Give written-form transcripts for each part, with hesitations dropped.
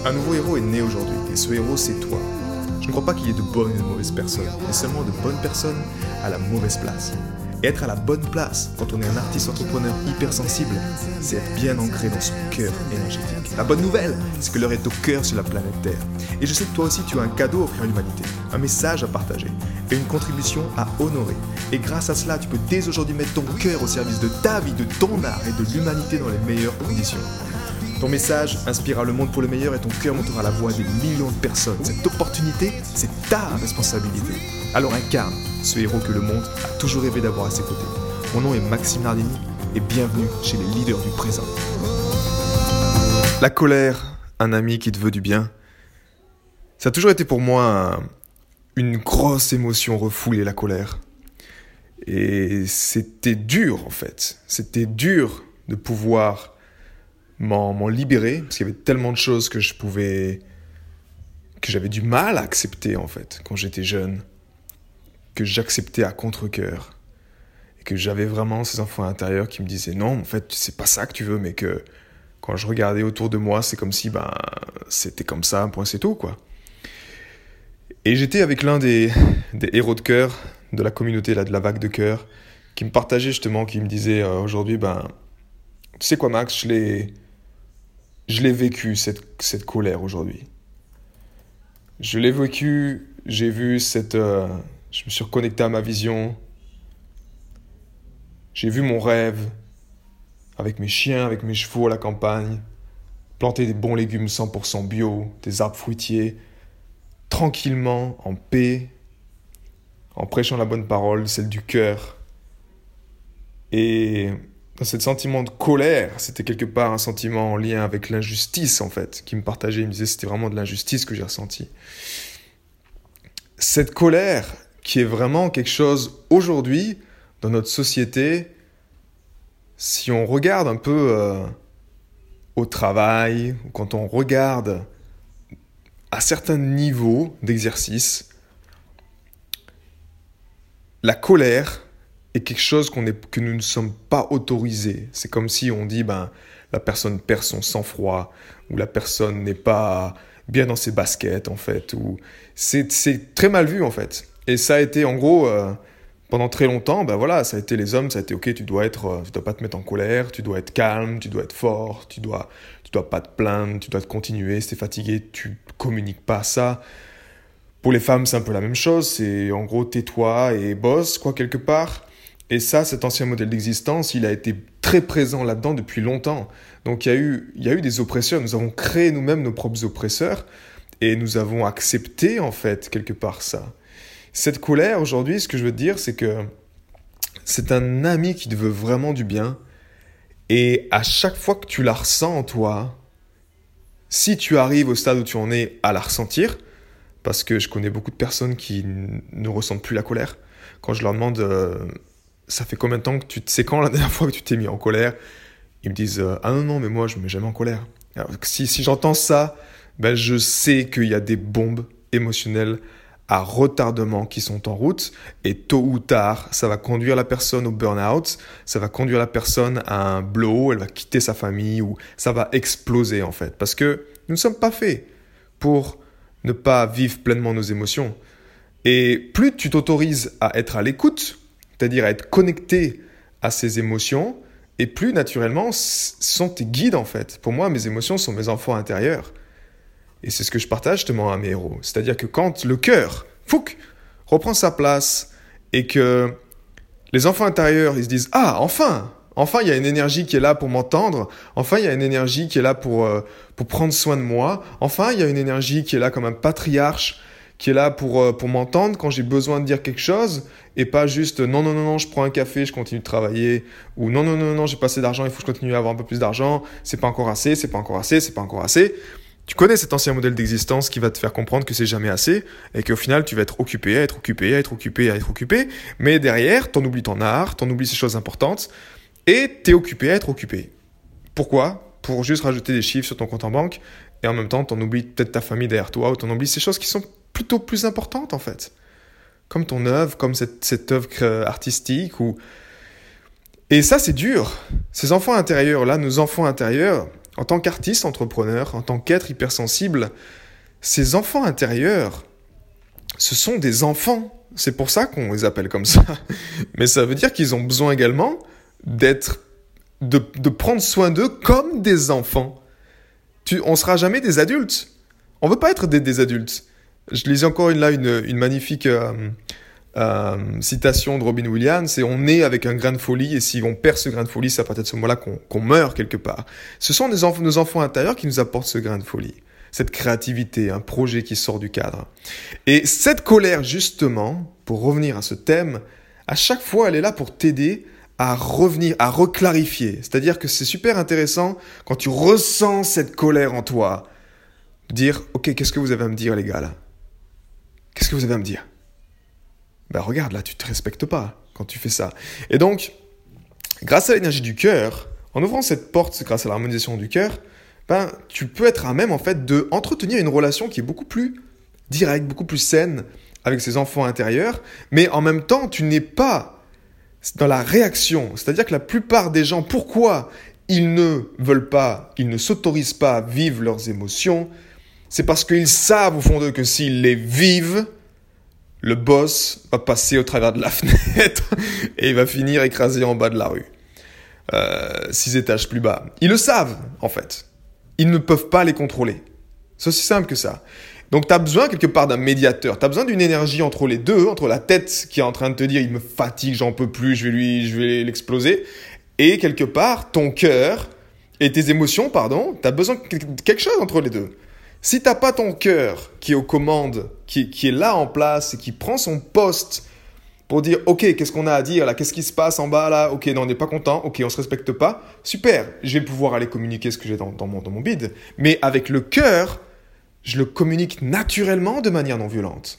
Un nouveau héros est né aujourd'hui, et ce héros, c'est toi. Je ne crois pas qu'il y ait de bonnes et de mauvaises personnes, mais seulement de bonnes personnes à la mauvaise place. Et être à la bonne place, quand on est un artiste entrepreneur hypersensible, c'est être bien ancré dans son cœur énergétique. La bonne nouvelle, c'est que l'heure est au cœur sur la planète Terre. Et je sais que toi aussi, tu as un cadeau à offrir à l'humanité, un message à partager et une contribution à honorer. Et grâce à cela, tu peux dès aujourd'hui mettre ton cœur au service de ta vie, de ton art et de l'humanité dans les meilleures conditions. Ton message inspirera le monde pour le meilleur et ton cœur montera la voix des millions de personnes. Cette opportunité, c'est ta responsabilité. Alors incarne ce héros que le monde a toujours rêvé d'avoir à ses côtés. Mon nom est Maxime Nardini et bienvenue chez les leaders du présent. La colère, un ami qui te veut du bien. Ça a toujours été pour moi une grosse émotion refoulée, la colère. Et c'était dur en fait. C'était dur de pouvoir m'en libérer, parce qu'il y avait tellement de choses que j'avais du mal à accepter en fait, quand j'étais jeune, que j'acceptais à contre-cœur, et que j'avais vraiment ces enfants intérieurs qui me disaient non, en fait, c'est pas ça que tu veux, mais que quand je regardais autour de moi, c'est comme si c'était comme ça, un point c'est tout, quoi. Et j'étais avec l'un des héros de cœur de la communauté, là, de la vague de cœur, qui me partageait justement, qui me disait aujourd'hui, tu sais quoi Max, je l'ai vécu, cette colère aujourd'hui. Je l'ai vécu, j'ai vu je me suis reconnecté à ma vision. J'ai vu mon rêve, avec mes chiens, avec mes chevaux à la campagne, planter des bons légumes 100% bio, des arbres fruitiers, tranquillement, en paix, en prêchant la bonne parole, celle du cœur. Et dans ce sentiment de colère, c'était quelque part un sentiment en lien avec l'injustice, en fait, qui me partageait. Il me disait que c'était vraiment de l'injustice que j'ai ressenti. Cette colère, qui est vraiment quelque chose, aujourd'hui, dans notre société, si on regarde un peu au travail, ou quand on regarde à certains niveaux d'exercice, la colère est quelque chose que nous ne sommes pas autorisés. C'est comme si on dit la personne perd son sang-froid, ou la personne n'est pas bien dans ses baskets en fait, ou c'est très mal vu en fait. Et ça a été en gros pendant très longtemps, ça a été les hommes, ça a été ok, tu dois pas te mettre en colère, tu dois être calme, tu dois être fort, tu dois pas te plaindre, tu dois te continuer, si t'es fatigué, tu communiques pas ça. Pour les femmes, c'est un peu la même chose, c'est en gros tais-toi et bosse quoi quelque part. Et ça, cet ancien modèle d'existence, il a été très présent là-dedans depuis longtemps. Donc il y a eu des oppresseurs, nous avons créé nous-mêmes nos propres oppresseurs et nous avons accepté en fait quelque part ça. Cette colère aujourd'hui, ce que je veux te dire, c'est que c'est un ami qui te veut vraiment du bien et à chaque fois que tu la ressens en toi, si tu arrives au stade où tu en es à la ressentir, parce que je connais beaucoup de personnes qui ne ressentent plus la colère, quand je leur demande ça fait combien de temps que c'est quand la dernière fois que tu t'es mis en colère, ils me disent ah non mais moi je me mets jamais en colère. Alors, si j'entends ça, je sais qu'il y a des bombes émotionnelles à retardement qui sont en route et tôt ou tard ça va conduire la personne au burn-out, ça va conduire la personne à un blow, elle va quitter sa famille ou ça va exploser en fait, parce que nous ne sommes pas faits pour ne pas vivre pleinement nos émotions. Et plus tu t'autorises à être à l'écoute, c'est-à-dire à être connecté à ces émotions, et plus naturellement, ce sont tes guides en fait. Pour moi, mes émotions sont mes enfants intérieurs. Et c'est ce que je partage justement à mes héros. C'est-à-dire que quand le cœur, reprend sa place, et que les enfants intérieurs, ils se disent « Ah, enfin, il y a une énergie qui est là pour m'entendre. Enfin, il y a une énergie qui est là pour prendre soin de moi. Enfin, il y a une énergie qui est là comme un patriarche, qui est là pour m'entendre quand j'ai besoin de dire quelque chose et pas juste non, je prends un café, je continue de travailler, ou non, j'ai pas assez d'argent, il faut que je continue à avoir un peu plus d'argent, c'est pas encore assez. Tu connais cet ancien modèle d'existence qui va te faire comprendre que c'est jamais assez et qu'au final, tu vas être occupé, à être occupé, mais derrière, t'en oublies ton art, t'en oublies ces choses importantes et t'es occupé à être occupé. Pourquoi ? Pour juste rajouter des chiffres sur ton compte en banque et en même temps, t'en oublies peut-être ta famille derrière toi ou t'en oublies ces choses qui sont plutôt plus importantes en fait. Comme ton œuvre, comme cette œuvre artistique. Et ça, c'est dur. Ces enfants intérieurs-là, nos enfants intérieurs, en tant qu'artiste, entrepreneur, en tant qu'être hypersensible, ces enfants intérieurs, ce sont des enfants. C'est pour ça qu'on les appelle comme ça. Mais ça veut dire qu'ils ont besoin également de prendre soin d'eux comme des enfants. On ne sera jamais des adultes. On ne veut pas être des adultes. Je lisais encore une magnifique citation de Robin Williams, c'est on naît avec un grain de folie et si on perd ce grain de folie, c'est à partir de ce moment-là qu'on meurt quelque part. Ce sont nos enfants intérieurs qui nous apportent ce grain de folie, cette créativité, un projet qui sort du cadre. Et cette colère, justement, pour revenir à ce thème, à chaque fois, elle est là pour t'aider à revenir, à reclarifier. C'est-à-dire que c'est super intéressant quand tu ressens cette colère en toi, de dire « Ok, qu'est-ce que vous avez à me dire, les gars, là ? Qu'est-ce que vous avez à me dire ?» Ben regarde, là, tu ne te respectes pas quand tu fais ça. Et donc, grâce à l'énergie du cœur, en ouvrant cette porte, grâce à l'harmonisation du cœur, ben, tu peux être à même, en fait, d'entretenir une relation qui est beaucoup plus directe, beaucoup plus saine avec ses enfants intérieurs, mais en même temps, tu n'es pas dans la réaction. C'est-à-dire que la plupart des gens, pourquoi ils ne veulent pas, ils ne s'autorisent pas à vivre leurs émotions, c'est parce qu'ils savent au fond d'eux que s'ils les vivent, le boss va passer au travers de la fenêtre et il va finir écrasé en bas de la rue. 6 étages plus bas. Ils le savent, en fait. Ils ne peuvent pas les contrôler. C'est aussi simple que ça. Donc, tu as besoin quelque part d'un médiateur. Tu as besoin d'une énergie entre les deux, entre la tête qui est en train de te dire « il me fatigue, j'en peux plus, je vais l'exploser » et quelque part, ton cœur et tes émotions, tu as besoin de quelque chose entre les deux. Si tu n'as pas ton cœur qui est aux commandes, qui est là en place et qui prend son poste pour dire « Ok, qu'est-ce qu'on a à dire là? Qu'est-ce qui se passe en bas là? Ok, non, on n'est pas content. Ok, on ne se respecte pas. Super, je vais pouvoir aller communiquer ce que j'ai dans mon bide. » Mais avec le cœur, je le communique naturellement de manière non violente.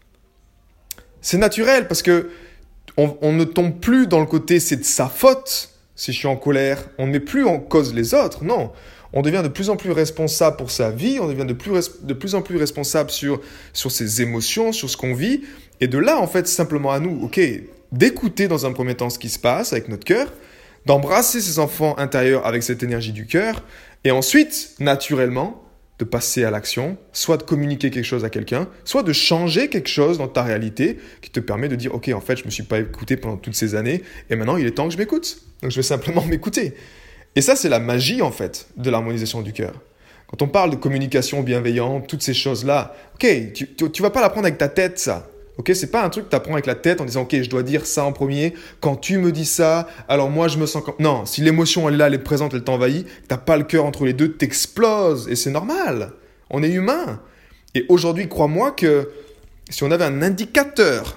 C'est naturel parce que on ne tombe plus dans le côté « c'est de sa faute » si je suis en colère. On ne met plus en cause les autres, non. On devient de plus en plus responsable pour sa vie, on devient de plus en plus responsable sur ses émotions, sur ce qu'on vit. Et de là, en fait, simplement à nous, ok, d'écouter dans un premier temps ce qui se passe avec notre cœur, d'embrasser ses enfants intérieurs avec cette énergie du cœur, et ensuite, naturellement, de passer à l'action, soit de communiquer quelque chose à quelqu'un, soit de changer quelque chose dans ta réalité qui te permet de dire « Ok, en fait, je ne me suis pas écouté pendant toutes ces années, et maintenant, il est temps que je m'écoute. Donc, je vais simplement m'écouter. » Et ça, c'est la magie, en fait, de l'harmonisation du cœur. Quand on parle de communication bienveillante, toutes ces choses-là, ok, tu vas pas l'apprendre avec ta tête, ça. Ok, c'est pas un truc que tu apprends avec la tête en disant, ok, je dois dire ça en premier. Quand tu me dis ça, alors moi, je me sens comme... Non, si l'émotion, elle est là, elle est présente, elle t'envahit, t'as pas le cœur entre les deux, t'exploses. Et c'est normal. On est humain. Et aujourd'hui, crois-moi que si on avait un indicateur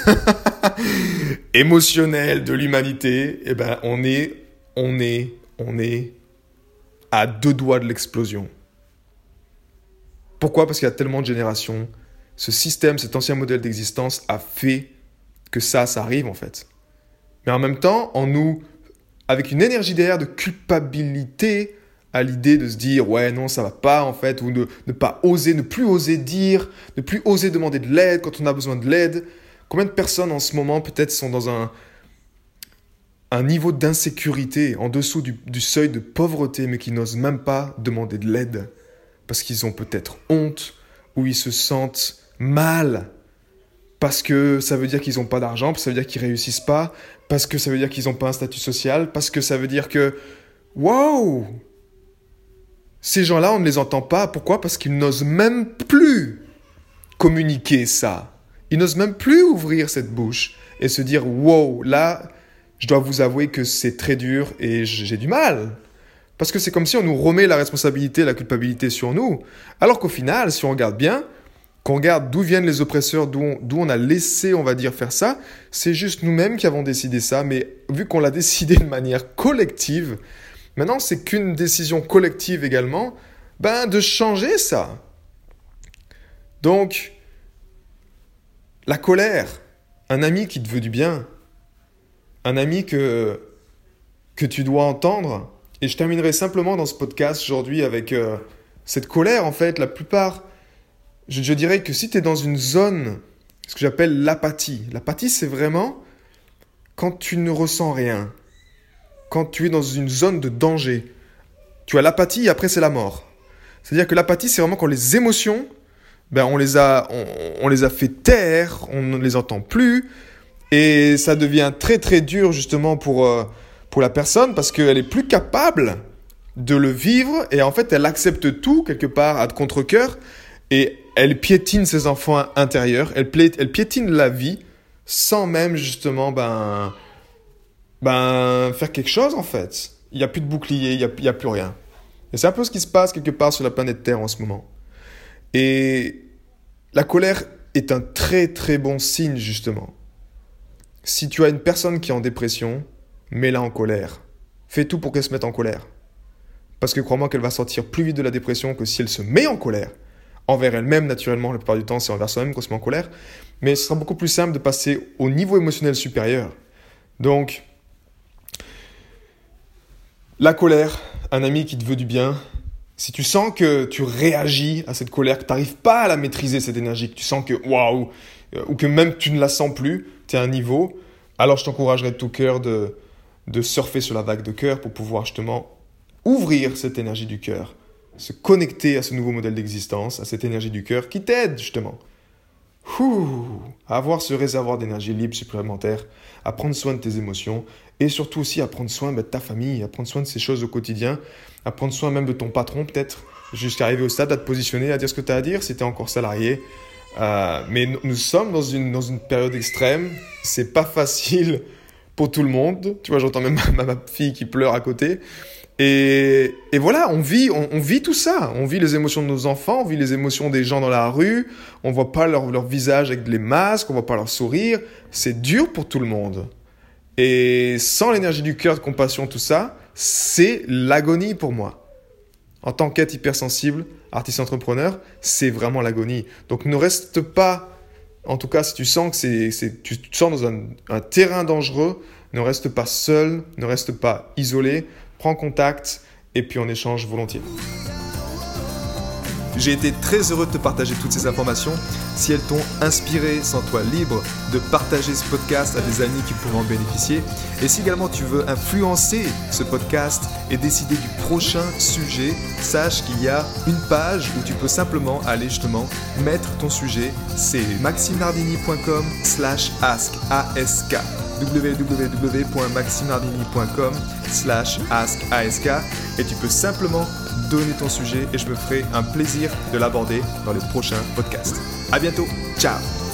émotionnel de l'humanité, eh ben, on est à 2 doigts de l'explosion. Pourquoi ? Parce qu'il y a tellement de générations. Ce système, cet ancien modèle d'existence a fait que ça arrive en fait. Mais en même temps, en nous, avec une énergie derrière de culpabilité à l'idée de se dire « ouais, non, ça va pas en fait » ou de ne pas oser, ne plus oser dire, ne plus oser demander de l'aide quand on a besoin de l'aide. Combien de personnes en ce moment peut-être sont dans un niveau d'insécurité en dessous du seuil de pauvreté, mais qui n'osent même pas demander de l'aide parce qu'ils ont peut-être honte ou ils se sentent mal parce que ça veut dire qu'ils n'ont pas d'argent, parce que ça veut dire qu'ils ne réussissent pas, parce que ça veut dire qu'ils n'ont pas un statut social, parce que ça veut dire que waouh, ces gens-là, on ne les entend pas. Pourquoi ? Parce qu'ils n'osent même plus communiquer ça. Ils n'osent même plus ouvrir cette bouche et se dire wow, là, je dois vous avouer que c'est très dur et j'ai du mal. Parce que c'est comme si on nous remet la responsabilité, la culpabilité sur nous. Alors qu'au final, si on regarde bien, qu'on regarde d'où viennent les oppresseurs, d'où on a laissé, on va dire, faire ça, c'est juste nous-mêmes qui avons décidé ça. Mais vu qu'on l'a décidé de manière collective, maintenant c'est qu'une décision collective également, de changer ça. Donc, la colère, un ami qui te veut du bien, un ami que tu dois entendre. Et je terminerai simplement dans ce podcast aujourd'hui avec cette colère, en fait. La plupart, je dirais que si tu es dans une zone, ce que j'appelle l'apathie. L'apathie, c'est vraiment quand tu ne ressens rien, quand tu es dans une zone de danger. Tu as l'apathie et après c'est la mort. C'est-à-dire que l'apathie, c'est vraiment quand les émotions, on les a fait taire, on ne les entend plus, et ça devient très très dur justement pour la personne parce qu'elle est plus capable de le vivre et en fait elle accepte tout quelque part à contre-cœur et elle piétine ses enfants intérieurs, elle piétine la vie sans même justement faire quelque chose en fait. Il n'y a plus de bouclier, il n'y a plus rien. Et c'est un peu ce qui se passe quelque part sur la planète Terre en ce moment. Et la colère est un très très bon signe justement. Si tu as une personne qui est en dépression, mets-la en colère. Fais tout pour qu'elle se mette en colère. Parce que crois-moi qu'elle va sortir plus vite de la dépression que si elle se met en colère. Envers elle-même, naturellement, la plupart du temps, c'est envers soi-même qu'on se met en colère. Mais ce sera beaucoup plus simple de passer au niveau émotionnel supérieur. Donc, la colère, un ami qui te veut du bien, si tu sens que tu réagis à cette colère, que tu n'arrives pas à la maîtriser, cette énergie, que tu sens que waouh, ou que même tu ne la sens plus, tu es à un niveau, alors je t'encouragerais de tout cœur de surfer sur la vague de cœur pour pouvoir justement ouvrir cette énergie du cœur, se connecter à ce nouveau modèle d'existence, à cette énergie du cœur qui t'aide justement à avoir ce réservoir d'énergie libre supplémentaire, à prendre soin de tes émotions et surtout aussi à prendre soin de ta famille, à prendre soin de ces choses au quotidien, à prendre soin même de ton patron peut-être, jusqu'à arriver au stade à te positionner, à dire ce que tu as à dire si tu es encore salarié. Mais nous sommes dans une période extrême, c'est pas facile pour tout le monde. Tu vois, j'entends même ma fille qui pleure à côté. Et voilà, on vit tout ça. On vit les émotions de nos enfants, on vit les émotions des gens dans la rue. On voit pas leur visage avec les masques, on voit pas leur sourire. C'est dur pour tout le monde. Et sans l'énergie du cœur, de compassion, tout ça, c'est l'agonie pour moi. En tant qu'être hypersensible, artiste entrepreneur, c'est vraiment l'agonie. Donc ne reste pas, en tout cas si tu sens que tu te sens dans un terrain dangereux, ne reste pas seul, ne reste pas isolé. Prends contact et puis on échange volontiers. J'ai été très heureux de te partager toutes ces informations. Si elles t'ont inspiré, sens-toi libre de partager ce podcast à des amis qui pourraient en bénéficier. Et si également tu veux influencer ce podcast et décider du prochain sujet, sache qu'il y a une page où tu peux simplement aller justement mettre ton sujet. C'est maximardini.com/ask www.maximardini.com/ask et tu peux simplement donner ton sujet et je me ferai un plaisir de l'aborder dans les prochains podcasts. À bientôt, ciao.